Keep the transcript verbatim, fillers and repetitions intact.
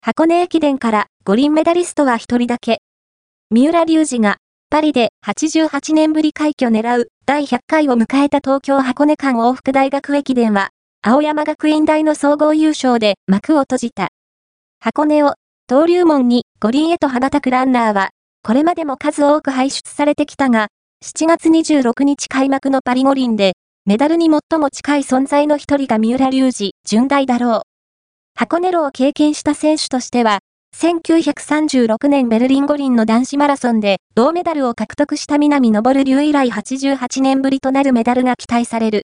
箱根駅伝から五輪メダリストは一人だけ。三浦龍司がパリではちじゅうはちねんぶり快挙狙うだいひゃっかいを迎えた東京箱根間往復大学駅伝は、青山学院大の総合優勝で幕を閉じた。箱根を登竜門に五輪へと羽ばたくランナーは、これまでも数多く輩出されてきたが、しちがつにじゅうろくにち開幕のパリ五輪で、メダルに最も近い存在の一人が三浦龍司、順大だろう。箱根路を経験した選手としては、せんきゅうひゃくさんじゅうろくねんベルリン五輪の男子マラソンで銅メダルを獲得した南昇龍以来はちじゅうはちねんぶりとなるメダルが期待される。